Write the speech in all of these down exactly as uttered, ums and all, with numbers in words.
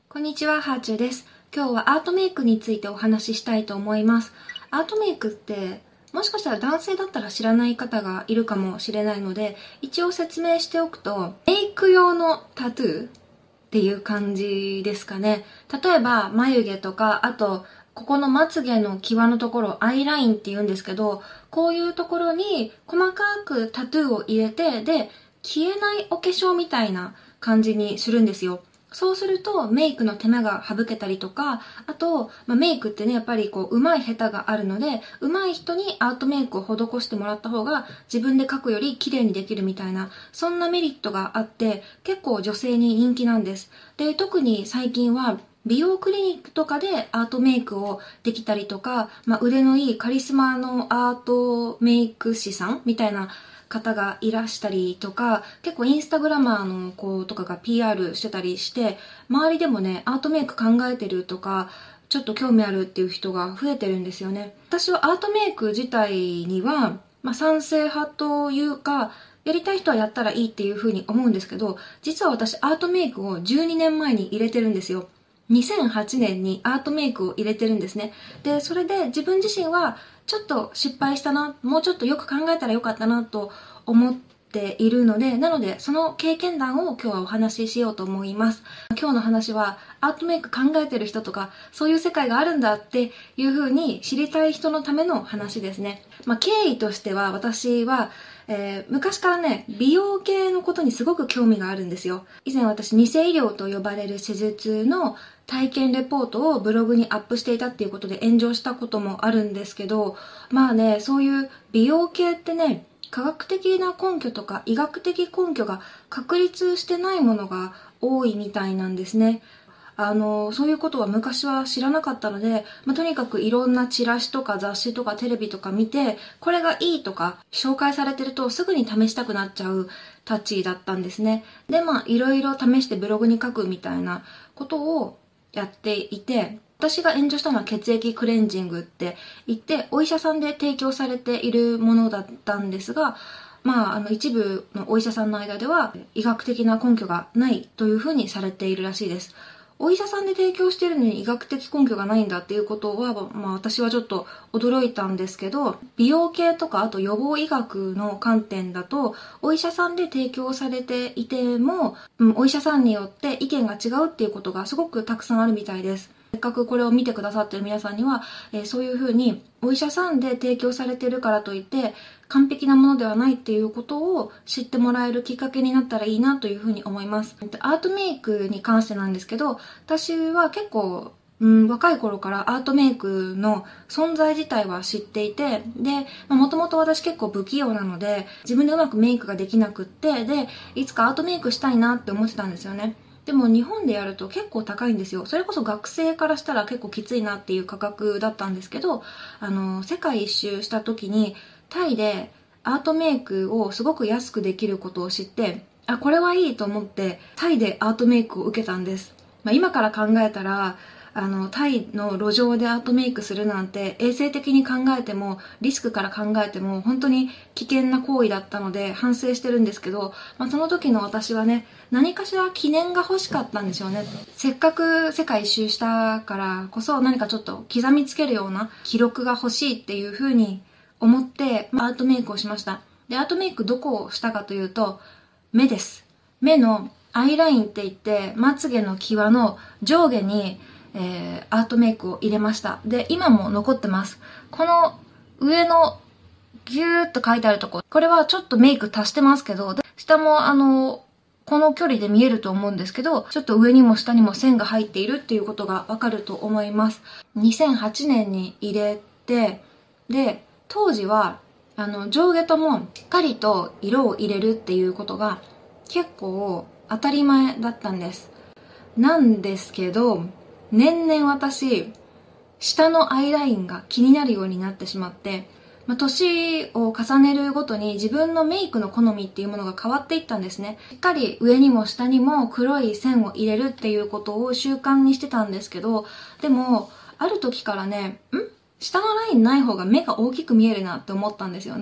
こんにちは、ハーチューです。今日はアートメイクについてお話ししたいと思います。アートメイクって、もしかしたら男性だったら知らない方がいるかもしれないので、一応説明しておくと、メイク用のタトゥーっていう感じですかね。例えば、眉毛とか、あと、ここのまつげの際のところ、アイラインって言うんですけど、こういうところに細かくタトゥーを入れて、で、消えないお化粧みたいな感じにするんですよ。そうするとメイクの手間が省けたりとか、あと、まあ、メイクってね、やっぱりこう、上手い下手があるので、上手い人にアートメイクを施してもらった方が自分で描くより綺麗にできるみたいな、そんなメリットがあって、結構女性に人気なんです。で、特に最近は、美容クリニックとかでアートメイクをできたりとか、まあ、腕のいいカリスマのアートメイク師さんみたいな方がいらしたりとか、結構インスタグラマーの子とかが ピーアール してたりして、周りでもね、アートメイク考えてるとか、ちょっと興味あるっていう人が増えてるんですよね。私はアートメイク自体には、まあ、賛成派というか、やりたい人はやったらいいっていう風に思うんですけど、実は私アートメイクをじゅうにねんまえに入れてるんですよ。にせんはちねんにアートメイクを入れてるんですね。で、それで自分自身はちょっと失敗したな、もうちょっとよく考えたらよかったなと思っているので、なのでその経験談を今日はお話ししようと思います。今日の話はアートメイク考えてる人とか、そういう世界があるんだっていう風に知りたい人のための話ですね。まあ経緯としては私はえー、昔からね、美容系のことにすごく興味があるんですよ。以前私、偽医療と呼ばれる施術の体験レポートをブログにアップしていたっていうことで炎上したこともあるんですけど、まあね、そういう美容系ってね、科学的な根拠とか医学的根拠が確立してないものが多いみたいなんですね。あの、そういうことは昔は知らなかったので、まあ、とにかくいろんなチラシとか雑誌とかテレビとか見て、これがいいとか紹介されてるとすぐに試したくなっちゃうたちだったんですね。で、まあ、いろいろ試してブログに書くみたいなことをやっていて、私が炎上したのは血液クレンジングって言って、お医者さんで提供されているものだったんですが、まあ、あの一部のお医者さんの間では医学的な根拠がないというふうにされているらしいです。お医者さんで提供しているのに医学的根拠がないんだっていうことは、まあ私はちょっと驚いたんですけど、美容系とかあと予防医学の観点だと、お医者さんで提供されていても、うん、お医者さんによって意見が違うっていうことがすごくたくさんあるみたいです。せっかくこれを見てくださってる皆さんには、えー、そういうふうにお医者さんで提供されてるからといって完璧なものではないっていうことを知ってもらえるきっかけになったらいいなというふうに思います。アートメイクに関してなんですけど、私は結構うん、若い頃からアートメイクの存在自体は知っていて、で、もともと私結構不器用なので、自分でうまくメイクができなくって、で、いつかアートメイクしたいなって思ってたんですよね。でも日本でやると結構高いんですよ。それこそ学生からしたら結構きついなっていう価格だったんですけど、あの、世界一周した時にタイでアートメイクをすごく安くできることを知って、あ、これはいいと思ってタイでアートメイクを受けたんです。まあ、今から考えたら、あの、タイの路上でアートメイクするなんて衛生的に考えてもリスクから考えても本当に危険な行為だったので反省してるんですけど、まあ、その時の私はね、何かしら記念が欲しかったんでしょうね。せっかく世界一周したからこそ何かちょっと刻みつけるような記録が欲しいっていう風に思って、まあ、アートメイクをしました。で、アートメイクどこをしたかというと、目です。目のアイラインって言ってまつげの際の上下にえー、アートメイクを入れました。で、今も残ってます。この上のギューッと書いてあるとこ、これはちょっとメイク足してますけど、で下もあの、この距離で見えると思うんですけど、ちょっと上にも下にも線が入っているっていうことがわかると思います。にせんはちねんに入れて、で、当時は、あの、上下ともしっかりと色を入れるっていうことが結構当たり前だったんです。なんですけど、年々私、下のアイラインが気になるようになってしまって、まあ、年を重ねるごとに自分のメイクの好みっていうものが変わっていったんですね。しっかり上にも下にも黒い線を入れるっていうことを習慣にしてたんですけど、でも、ある時からね、ん下のラインない方が目が大きく見えるなって思ったんですよね。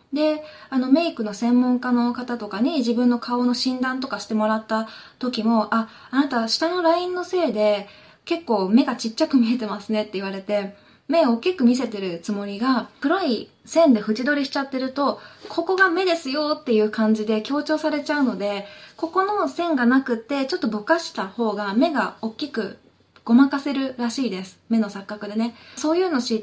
で、あのメイクの専門家の方とかに自分の顔の診断とかしてもらった時も、あ、あなた下のラインのせいで結構目がちっちゃく見えてますねって言われて、目を大きく見せてるつもりが黒い線で縁取りしちゃってると、ここが目ですよっていう感じで強調されちゃうので、ここの線がなくってちょっとぼかした方が目が大きくごまかせるらしいです。目の錯覚でね。そういうの知って、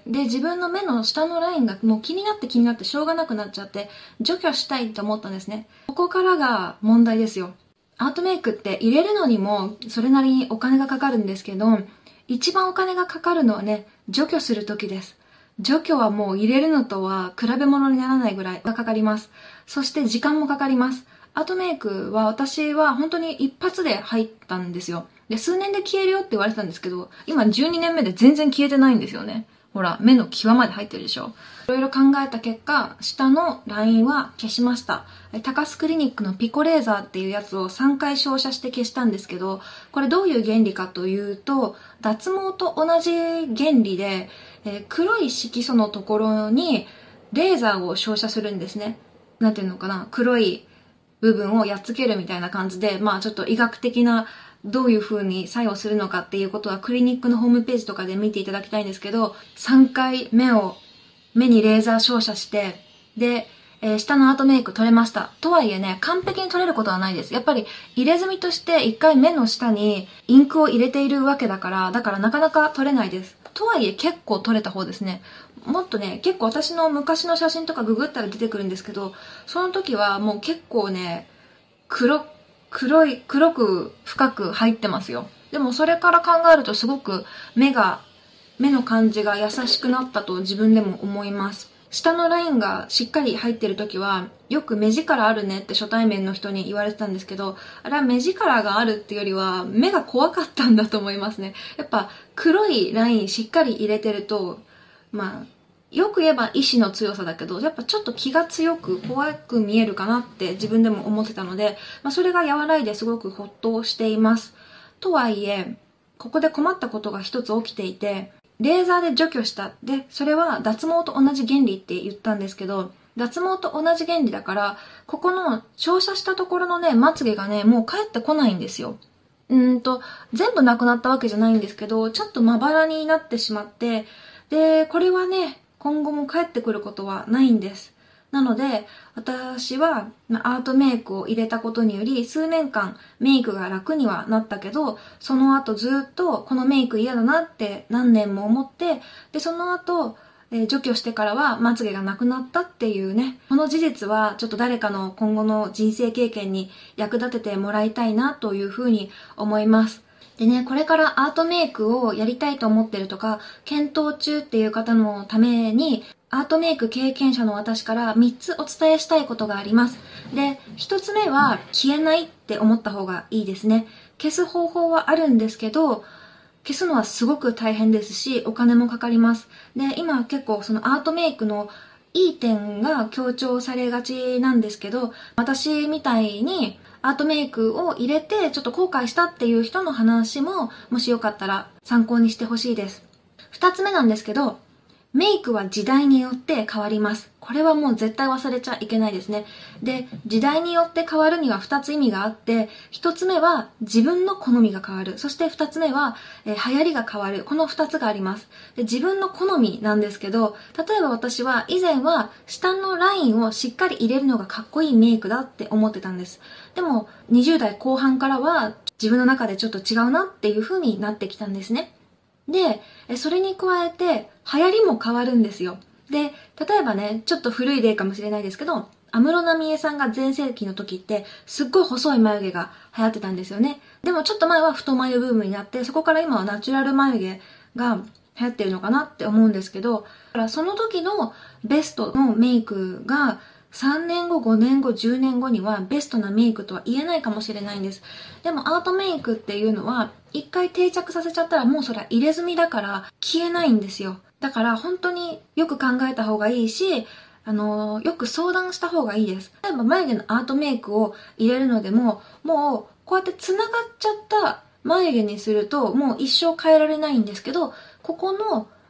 で、自分の目の下のラインがもう気になって気になってしょうがなくなっちゃって、除去したいと思ったんですね。ここからが問題ですよ。アートメイクって入れるのにもそれなりにお金がかかるんですけど、一番お金がかかるのはね、除去するときです。除去はもう入れるのとは比べ物にならないぐらいがかかります。そして時間もかかります。アートメイクは私は本当に一発で入ったんですよ。で、数年で消えるよって言われてたんですけど、今じゅうにねんめで全然消えてないんですよね。ほら、目の際まで入ってるでしょ。いろいろ考えた結果、下のラインは消しました。高須クリニックのピコレーザーっていうやつをさんかい照射して消したんですけど、これどういう原理かというと、脱毛と同じ原理で、えー、黒い色素のところにレーザーを照射するんですね。なんていうのかな、黒い部分をやっつけるみたいな感じで、まあちょっと医学的などういう風に作用するのかっていうことはクリニックのホームページとかで見ていただきたいんですけど、さんかい目を、目にレーザー照射して、で、えー、下のアートメイク取れました。とはいえね、完璧に取れることはないです。やっぱり入れ墨として一回目の下にインクを入れているわけだから、だからなかなか取れないです。とはいえ結構取れた方ですね。もっとね、結構私の昔の写真とかググったら出てくるんですけど、その時はもう結構ね、黒、黒い、黒く深く入ってますよ。でもそれから考えるとすごく目が、目の感じが優しくなったと自分でも思います。下のラインがしっかり入ってる時は、よく目力あるねって初対面の人に言われてたんですけど、あれは目力があるっていうよりは、目が怖かったんだと思いますね。やっぱ黒いラインしっかり入れてると、まあ、よく言えば意志の強さだけど、やっぱちょっと気が強く怖く見えるかなって自分でも思ってたので、まあ、それが和らいですごくほっとしています。とはいえ、ここで困ったことが一つ起きていて、レーザーで除去した。で、それは脱毛と同じ原理って言ったんですけど、脱毛と同じ原理だから、ここの照射したところのね、まつげがね、もう帰ってこないんですよ。うーんと、全部なくなったわけじゃないんですけど、ちょっとまばらになってしまって、で、これはね、今後も帰ってくることはないんです。なので、私はアートメイクを入れたことにより、数年間メイクが楽にはなったけど、その後ずっとこのメイク嫌だなって何年も思って、で、その後、えー、除去してからはまつげがなくなったっていうね、この事実はちょっと誰かの今後の人生経験に役立ててもらいたいなというふうに思います。でね、これからアートメイクをやりたいと思ってるとか、検討中っていう方のために、アートメイク経験者の私からみっつお伝えしたいことがあります。で、ひとつめは消えないって思った方がいいですね。消す方法はあるんですけど、消すのはすごく大変ですし、お金もかかります。で、今結構そのアートメイクのいい点が強調されがちなんですけど、私みたいにアートメイクを入れてちょっと後悔したっていう人の話も、もしよかったら参考にしてほしいです。二つ目なんですけど、メイクは時代によって変わります。これはもう絶対忘れちゃいけないですね。で、時代によって変わるには二つ意味があって、一つ目は自分の好みが変わる。そして二つ目は、えー、流行りが変わる。この二つがあります。で、自分の好みなんですけど、例えば私は以前は下のラインをしっかり入れるのがかっこいいメイクだって思ってたんです。でも、にじゅう代後半からは自分の中でちょっと違うなっていう風になってきたんですね。で、それに加えて流行りも変わるんですよ。で、例えばね、ちょっと古い例かもしれないですけど、安室奈美恵さんが全盛期の時ってすっごい細い眉毛が流行ってたんですよね。でもちょっと前は太眉ブームになって、そこから今はナチュラル眉毛が流行ってるのかなって思うんですけど、だからその時のベストのメイクがさんねんご、ごねんご、じゅうねんごにはベストなメイクとは言えないかもしれないんです。でもアートメイクっていうのは一回定着させちゃったらもうそれは入れ墨だから消えないんですよ。だから本当によく考えた方がいいし、あのー、よく相談した方がいいです。例えば眉毛のアートメイクを入れるのでも、もうこうやって繋がっちゃった眉毛にするともう一生変えられないんですけど、ここの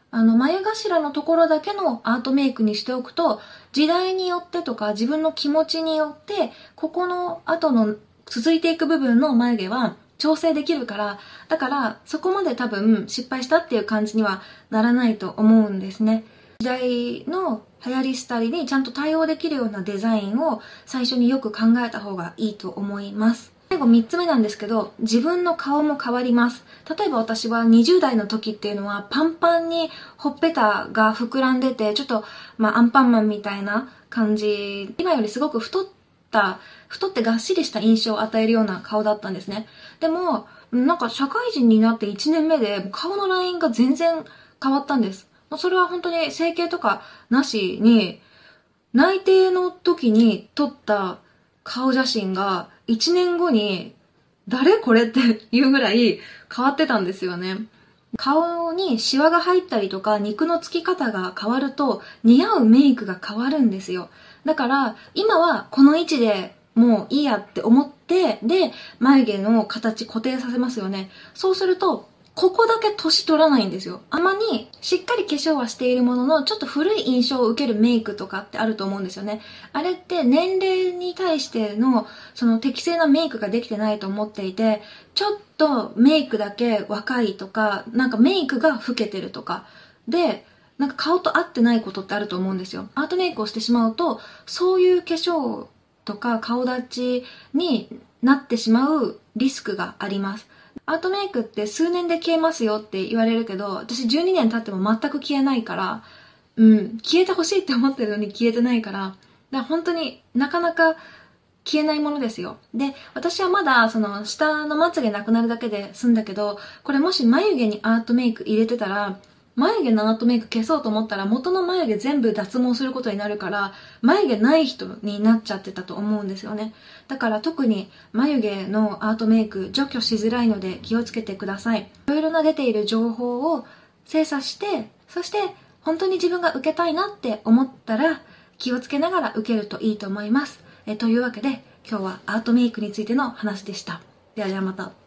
あの、眉頭のところだけのアートメイクにしておくと、時代によってとか自分の気持ちによって、ここの後の続いていく部分の眉毛は調整できるから、だからそこまで多分失敗したっていう感じにはならないと思うんですね。時代の流行り廃りにちゃんと対応できるようなデザインを最初によく考えた方がいいと思います。最後みっつめなんですけど、自分の顔も変わります。例えば私はにじゅう代の時っていうのはパンパンにほっぺたが膨らんでて、ちょっとまあアンパンマンみたいな感じ、今よりすごく太った太ってがっしりした印象を与えるような顔だったんですね。でもなんか社会人になっていちねんめで顔のラインが全然変わったんです。それは本当に整形とかなしに、内定の時に撮った顔写真がいちねんごに誰これっていうぐらい変わってたんですよね。顔にシワが入ったりとか肉のつき方が変わると似合うメイクが変わるんですよ。だから今はこの位置でもういいやって思って、で眉毛の形固定させますよね。そうするとここだけ年取らないんですよ。あまりしっかり化粧はしているものの、ちょっと古い印象を受けるメイクとかってあると思うんですよね。あれって年齢に対してのその適正なメイクができてないと思っていて、ちょっとメイクだけ若いとか、なんかメイクが老けてるとかで、なんか顔と合ってないことってあると思うんですよ。アートメイクをしてしまうと、そういう化粧とか顔立ちになってしまうリスクがあります。アートメイクって数年で消えますよって言われるけど、私じゅうにねん経っても全く消えないから、うん、消えてほしいって思ってるのに消えてないから、だから本当になかなか消えないものですよ。で、私はまだその下のまつげなくなるだけで済んだけど、これもし眉毛にアートメイク入れてたら、眉毛のアートメイク消そうと思ったら元の眉毛全部脱毛することになるから、眉毛ない人になっちゃってたと思うんですよね。だから特に眉毛のアートメイク除去しづらいので気をつけてください。いろいろな出ている情報を精査して、そして本当に自分が受けたいなって思ったら気をつけながら受けるといいと思います。えというわけで今日はアートメイクについての話でした。ではではまた。